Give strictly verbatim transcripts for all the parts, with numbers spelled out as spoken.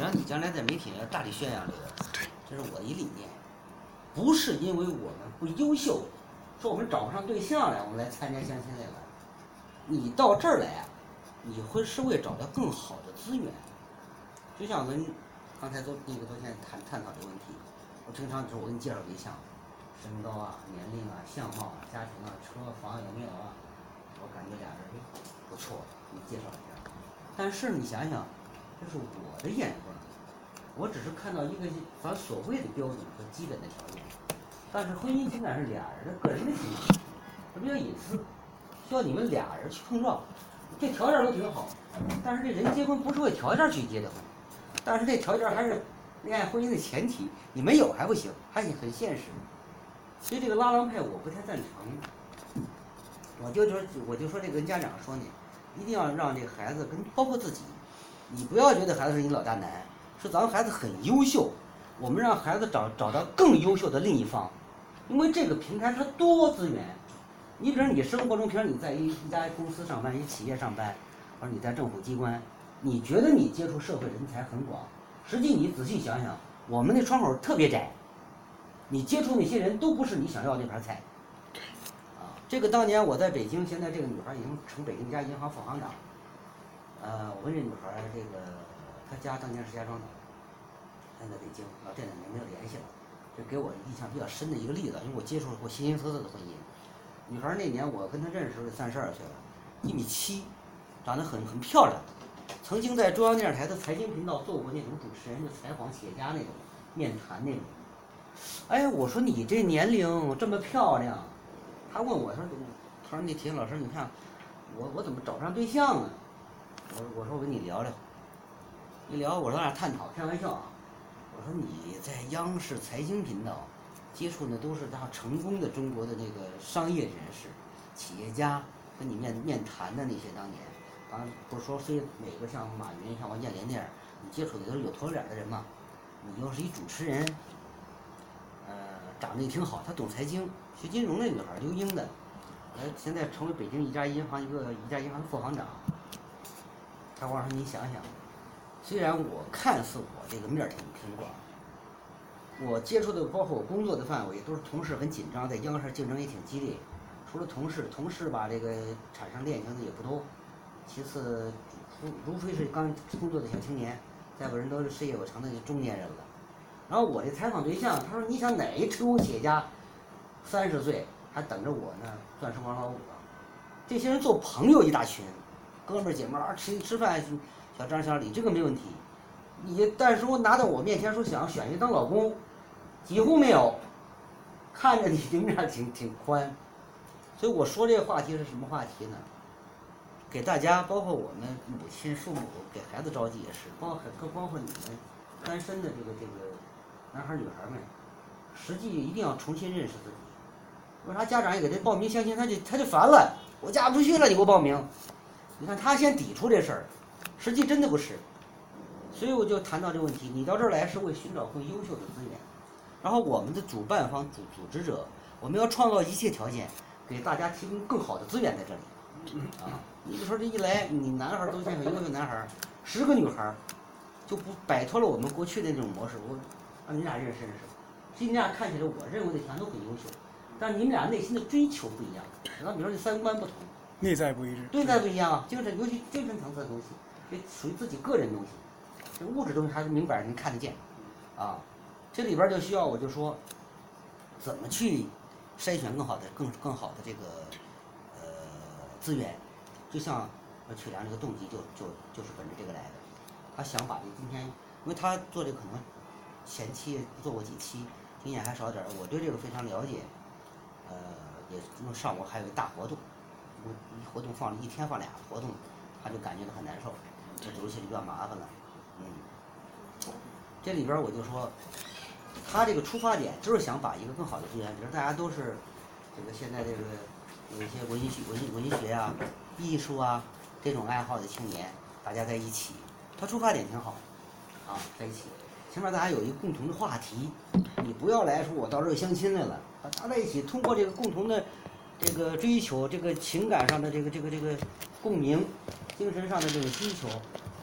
想你将来在媒体上大力宣扬这个，这是我的一理念，不是因为我们不优秀，说我们找不上对象来，我们来参加相亲来了。你到这儿来啊，你会是为找到更好的资源。就像我们刚才昨那个昨天谈探讨这个问题，我经常说我给你介绍对象，身高啊、年龄啊、相貌啊、家庭啊、车房有没有啊，我感觉俩人不错，你介绍一下。但是你想想，这是我的眼光，我只是看到一个咱所谓的标准和基本的条件，但是婚姻情感是俩人的个人的情感，它比较隐私，需要你们俩人去碰撞。这条件都挺好，但是这人结婚不是为条件去结的婚，但是这条件还是恋爱婚姻的前提，你没有还不行，还很现实。所以这个拉郎派我不太赞成，我就说我就说这个跟家长说呢，一定要让这个孩子跟包括自己，你不要觉得孩子是你老大难，是咱们孩子很优秀，我们让孩子找找到更优秀的另一方，因为这个平台它多资源。你比如你生活中，平时你在一一家公司上班，一企业上班，或者你在政府机关，你觉得你接触社会人才很广，实际你仔细想想，我们那窗口特别窄，你接触那些人都不是你想要那盘菜。啊，这个当年我在北京，现在这个女孩已经成北京一家银行副行长。呃，我问这女孩，这个她家当年是石家庄的，现在北京，老这两年没有联系了，这给我印象比较深的一个例子，因为我接触过形形色色的婚姻。女孩那年我跟她认识时候三十二岁了，一米七，长得很很漂亮，曾经在中央电视台的财经频道做过那种主持人的采访企业家那种面谈那种。哎，我说你这年龄这么漂亮，她问我说，她说那铁老师，你看我我怎么找不上对象呢？我我说我跟你聊聊，一聊我说咱俩探讨，开玩笑啊，我说你在央视财经频道。接触的都是他成功的中国的那个商业人士、企业家，跟你面面谈的那些当年，当然不是说非每个像马云、像王健林那样，你接触的都是有头脸的人嘛。你又是一主持人，呃，长得也挺好，他懂财经，学金融那女孩，留英的，呃，现在成为北京一家银行一个一家银行的副行长。他我说你想想，虽然我看似我这个面儿挺挺广。我接触的包括我工作的范围都是同事很紧张，在央视竞争也挺激烈。除了同事，同事吧这个产生恋情的也不多。其次，除除非是刚工作的小青年，再不人都是事业有成的中年人了。然后我这采访对象，他说你想哪一成功企业家，三十岁还等着我呢，钻石王老五啊？这些人做朋友一大群，哥们儿姐们儿吃吃饭，小张小李这个没问题。你但是我拿到我面前说想选你当老公。几乎没有，看着你这面挺挺宽，所以我说这个话题是什么话题呢？给大家，包括我们母亲、父母给孩子着急也是，包括包括你们单身的这个这个男孩女孩们，实际一定要重新认识自己。为啥家长也给他报名相亲，他就他就烦了，我嫁不出去了，你给我报名。你看他先抵触这事儿，实际真的不是。所以我就谈到这个问题，你到这儿来是为寻找更优秀的资源。然后我们的主办方、组组织者，我们要创造一切条件，给大家提供更好的资源在这里。啊，你比如说这一来，你男孩都像优秀男孩，十个女孩，就不摆脱了我们过去的那种模式。我让你俩认识认识，实际你俩看起来我认为的全都很优秀，但你们俩内心的追求不一样。然后比如说这三观不同， 内在不一致， 内在不一样啊，精神尤其精神层次的东西，这属于自己个人东西，这物质东西还是明摆着能看得见，啊。这里边就需要我就说，怎么去筛选更好的、更更好的这个呃资源，就像曲良这个动机就就就是本着这个来的，他想把这今天，因为他做这个可能前期做过几期，经验还少点儿，我对这个非常了解，呃，也因为上午还有一大活动，我一活动放了一天放俩活动，他就感觉到很难受，这走起来比较麻烦了，嗯，这里边我就说。他这个出发点就是想把一个更好的资源，比如大家都是这个现在这个有一些文学、文文学啊、艺术啊这种爱好的青年，大家在一起，他出发点挺好，啊，在一起，起码大家有一个共同的话题。你不要来说我到这儿相亲来了，大家在一起，通过这个共同的这个追求，这个情感上的这个这个这个共鸣，精神上的这个需求，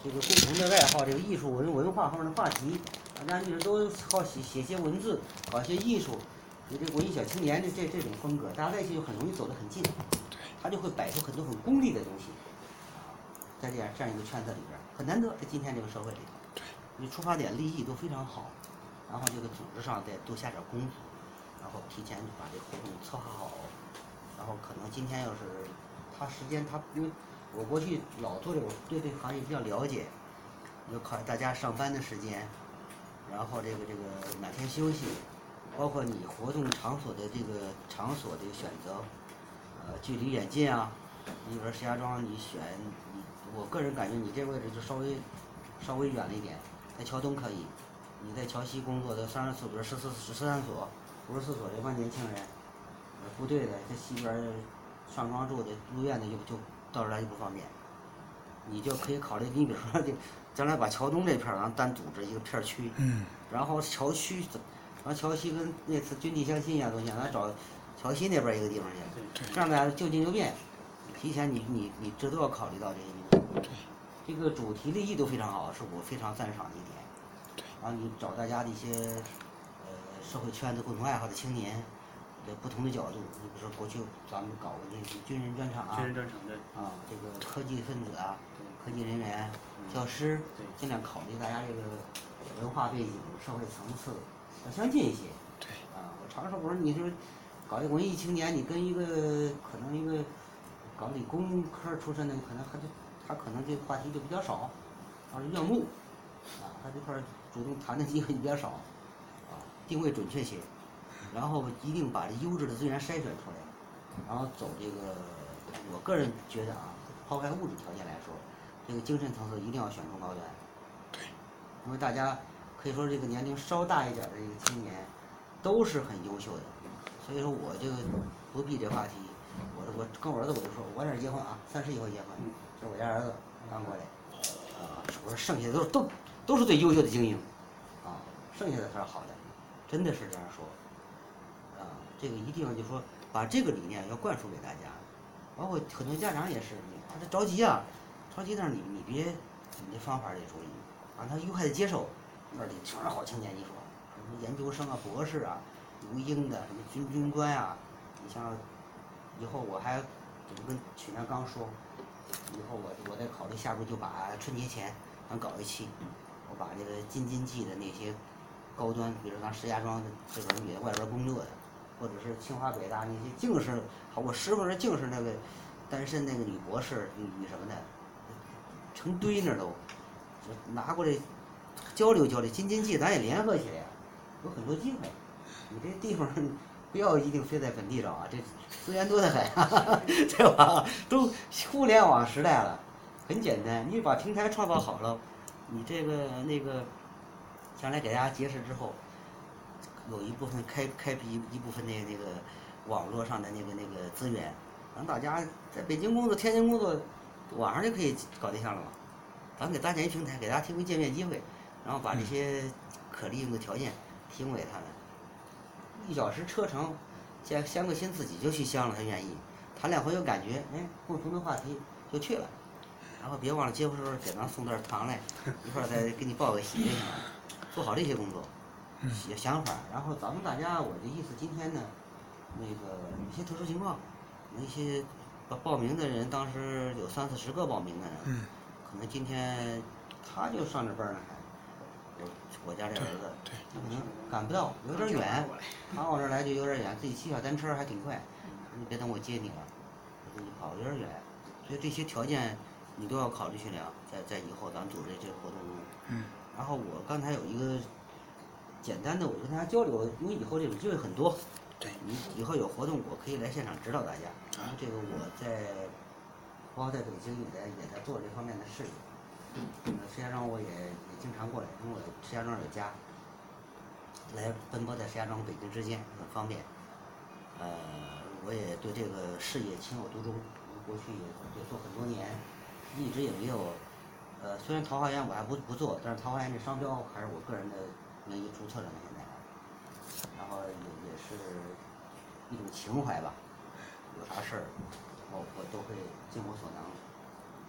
这个共同的爱好，这个艺术文文化方面的话题，大家一直都好写写些文字，搞些艺术，有这文艺小青年的这这种风格，大家在一起就很容易走得很近，他就会摆出很多很功利的东西，啊，在这样这样一个圈子里边很难得，在今天这个社会里头，你出发点利益都非常好，然后这个组织上再多下点功夫，然后提前就把这个活动策划好，然后可能今天要是他时间他因为。我过去老做这个，对这个行业比较了解，就考虑大家上班的时间，然后这个这个哪天休息，包括你活动场所的这个场所的选择，呃，距离远近啊。你比如说石家庄，你选你，我个人感觉你这位置就稍微稍微远了一点，在桥东可以，你在桥西工作的三十四，比如十四十三所、五十四所这帮年轻人，呃，部队的在西边上庄住的、住院的就就。到这来就不方便，你就可以考虑，你比如说，就将来把桥东这片儿，然后单组织一个片区， 嗯， 然后桥区，然后桥西跟那次军地相亲一样东西，咱找桥西那边一个地方去，这样大家就近就便。提前你你你这都要考虑到这些因素。这个主题立意都非常好，是我非常赞赏的一点。然后你找大家的一些呃社会圈子共同爱好的青年。的不同的角度，你比如说过去咱们搞过那个军人专场啊， 军人专场对啊，这个科技分子啊，科技人员、教师，尽量考虑大家这个文化背景、社会层次要相近一些。 对。 啊，我常说，我说你说搞一个文艺青年，你跟一个可能一个搞理工科出身的，可能他就他可能这个话题就比较少，他是院牧，啊，他这块主动谈的机会比较少，啊，定位准确些。然后一定把这优质的资源筛选出来，然后走这个，我个人觉得啊，抛开物质条件来说，这个精神层次一定要选中高端。 对。 因为大家可以说这个年龄稍大一点的这个青年，都是很优秀的，所以说我就不避这话题，我我跟我儿子我就说，我这结婚啊，三十以后结婚，这是我家儿子刚过来，啊，我说剩下的都都都是最优秀的精英，啊，剩下的才是好的，真的是这样说。这个一定就说把这个理念要灌输给大家，包括很多家长也是，你他这着急啊，着急但是你你别，你这方法得注意，让他愉快的接受，那里全是好青年，你说什么研究生啊、博士啊、留英的、什么军军官啊，你像以后我还怎么跟曲良刚说，以后我我再考虑下步就把春节前咱搞一期，我把这个京津冀的那些高端，比如咱石家庄的这种女在外边工作的。或者是清华北大那些净是，好，我师傅是净是那个单身那个女博士、女女什么的，成堆那都，拿过来交流交流。京津冀咱也联合起来，有很多机会。你这地方不要一定非在本地找啊，这资源多得很，对吧？都互联网时代了，很简单，你把平台创造好了，你这个那个将来给大家结识之后。有一部分开开辟一部分那那个网络上的那个那个资源，让大家在北京工作、天津工作，网上就可以搞对象了嘛。咱们给搭建一平台，给大家提供见面机会，然后把这些可利用的条件提供给他们。一小时车程，相相个亲自己就去相了，他愿意，谈两回有感觉，哎，共同的话题就去了。然后别忘了结婚时候给咱送点糖来，一块儿再给你报个喜，做好这些工作。写想法，然后咱们大家，我的意思，今天呢，那个有些特殊情况，那些报报名的人，当时有三四十个报名的人， 嗯， 可能今天他就上着班呢，还我我家这儿子， 对， 可能赶不到，有点远，他往这儿来就有点远，自己骑小单车还挺快，你别等我接你了，我给你跑有点远，所以这些条件你都要考虑去量，在在以后咱们组织这个活动中， 嗯， 然后我刚才有一个。简单的，我跟大家交流，因为以后这种机会很多。 对， 你以后有活动，我可以来现场指导大家。然后这个我在，包括在北京也在也在做这方面的事业。嗯，石家庄我也也经常过来，因为我石家庄有家，来奔波在石家庄和北京之间很方便。呃，我也对这个事业情有独钟，过去也也做很多年，一直也没有。呃，虽然桃花源我还不不做，但是桃花源这商标还是我个人的。名义注册了现在，然后也也是一种情怀吧。有啥事儿，我我都会尽我所能。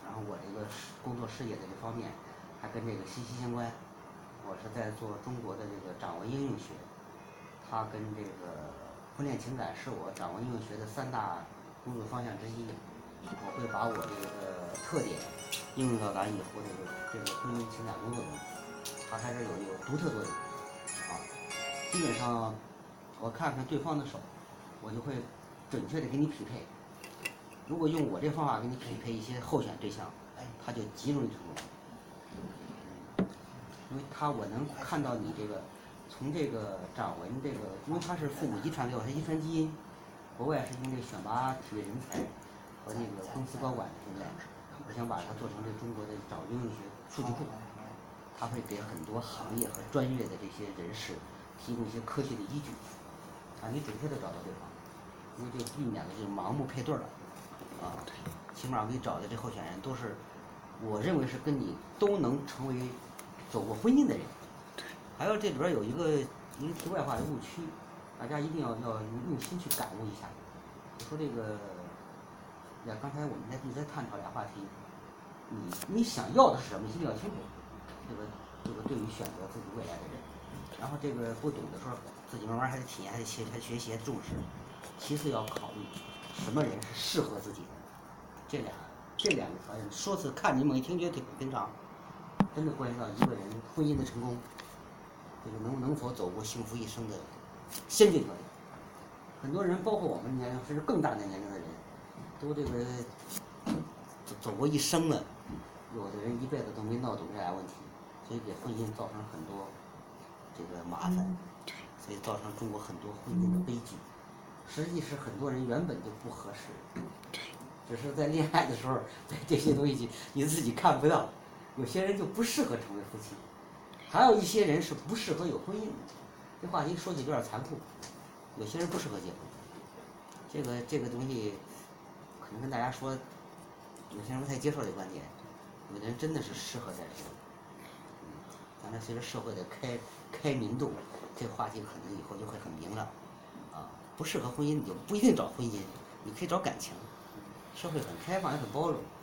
然后我这个工作事业的这方面还跟这个息息相关。我是在做中国的这个掌纹应用学，它跟这个婚恋情感是我掌纹应用学的三大工作方向之一。我会把我这个特点应用到咱以后这个这个婚姻情感工作中，它还是有有独特作用啊。基本上我看看对方的手，我就会准确的给你匹配。如果用我这方法给你匹配一些候选对象，哎，他就极容易成功。因为他我能看到你这个从这个掌纹这个，因为他是父母遗传给我，他遗传基因。国外是用这个选拔体育人才和那个公司高管的经验，我想把它做成这中国的掌纹应用学数据库，它会给很多行业和专业的这些人士提供一些科学的依据，啊，你准确的找到对方，因为就避免了这种盲目配对了，啊，起码我给你找的这候选人都是，我认为是跟你都能成为走过婚姻的人。还有这里边有一个一个题外话的误区，大家一定要要用心去感悟一下。说这个，呀，刚才我们在一直在探讨俩话题，你你想要的是什么，一定要清楚。这个这个对于选择自己未来的人，然后这个不懂的时候，自己慢慢还得体验，还得学，还学习，还重视。其次要考虑什么人是适合自己的，这俩这两个条件，说是看你猛一听觉得挺不平常，真的关系到一个人婚姻的成功，这个能能否走过幸福一生的先决条件。很多人，包括我们年龄甚至更大的年龄的人，都这个走过一生了，有的人一辈子都没闹懂这俩问题，所以给婚姻造成很多这个麻烦，所以造成中国很多婚姻的悲剧。实际是很多人原本就不合适，只是在恋爱的时候对这些东西你自己看不到，有些人就不适合成为夫妻，还有一些人是不适合有婚姻的。这话题说起有点残酷，有些人不适合结婚，这个这个东西可能跟大家说，有些人不太接受这个观点，有的人真的是适合在这个。嗯，咱这随着社会的开开明度，这个话题可能以后就会很明朗。啊，不适合婚姻你就不一定找婚姻，你可以找感情。社会很开放也很包容。